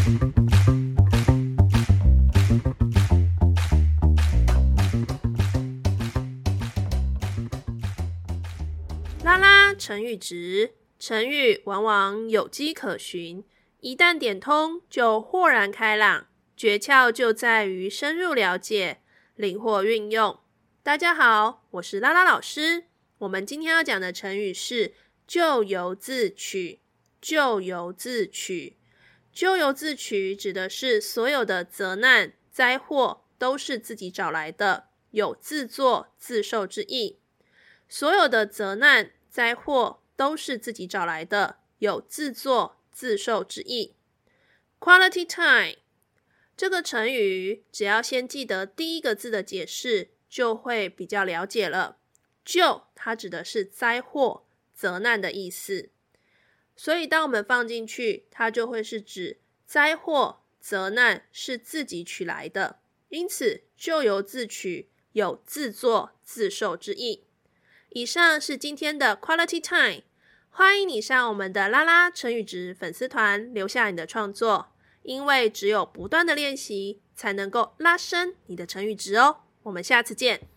拉拉成语质，成语往往有迹可循，一旦点通就豁然开朗，诀窍就在于深入了解，灵活运用。大家好，我是拉拉老师。我们今天要讲的成语是咎由自取。咎由自取，咎由自取指的是所有的责难、灾祸都是自己找来的，有自作自受之意。所有的责难、灾祸都是自己找来的，有自作自受之意。Quality time 这个成语，只要先记得第一个字的解释，就会比较了解了。咎，它指的是灾祸、责难的意思。所以当我们放进去，它就会是指灾祸、责难是自己取来的，因此咎由自取，有自作自受之意。以上是今天的 Quality Time， 欢迎你上我们的拉拉成语质粉丝团留下你的创作，因为只有不断的练习，才能够拉升你的成语质哦。我们下次见。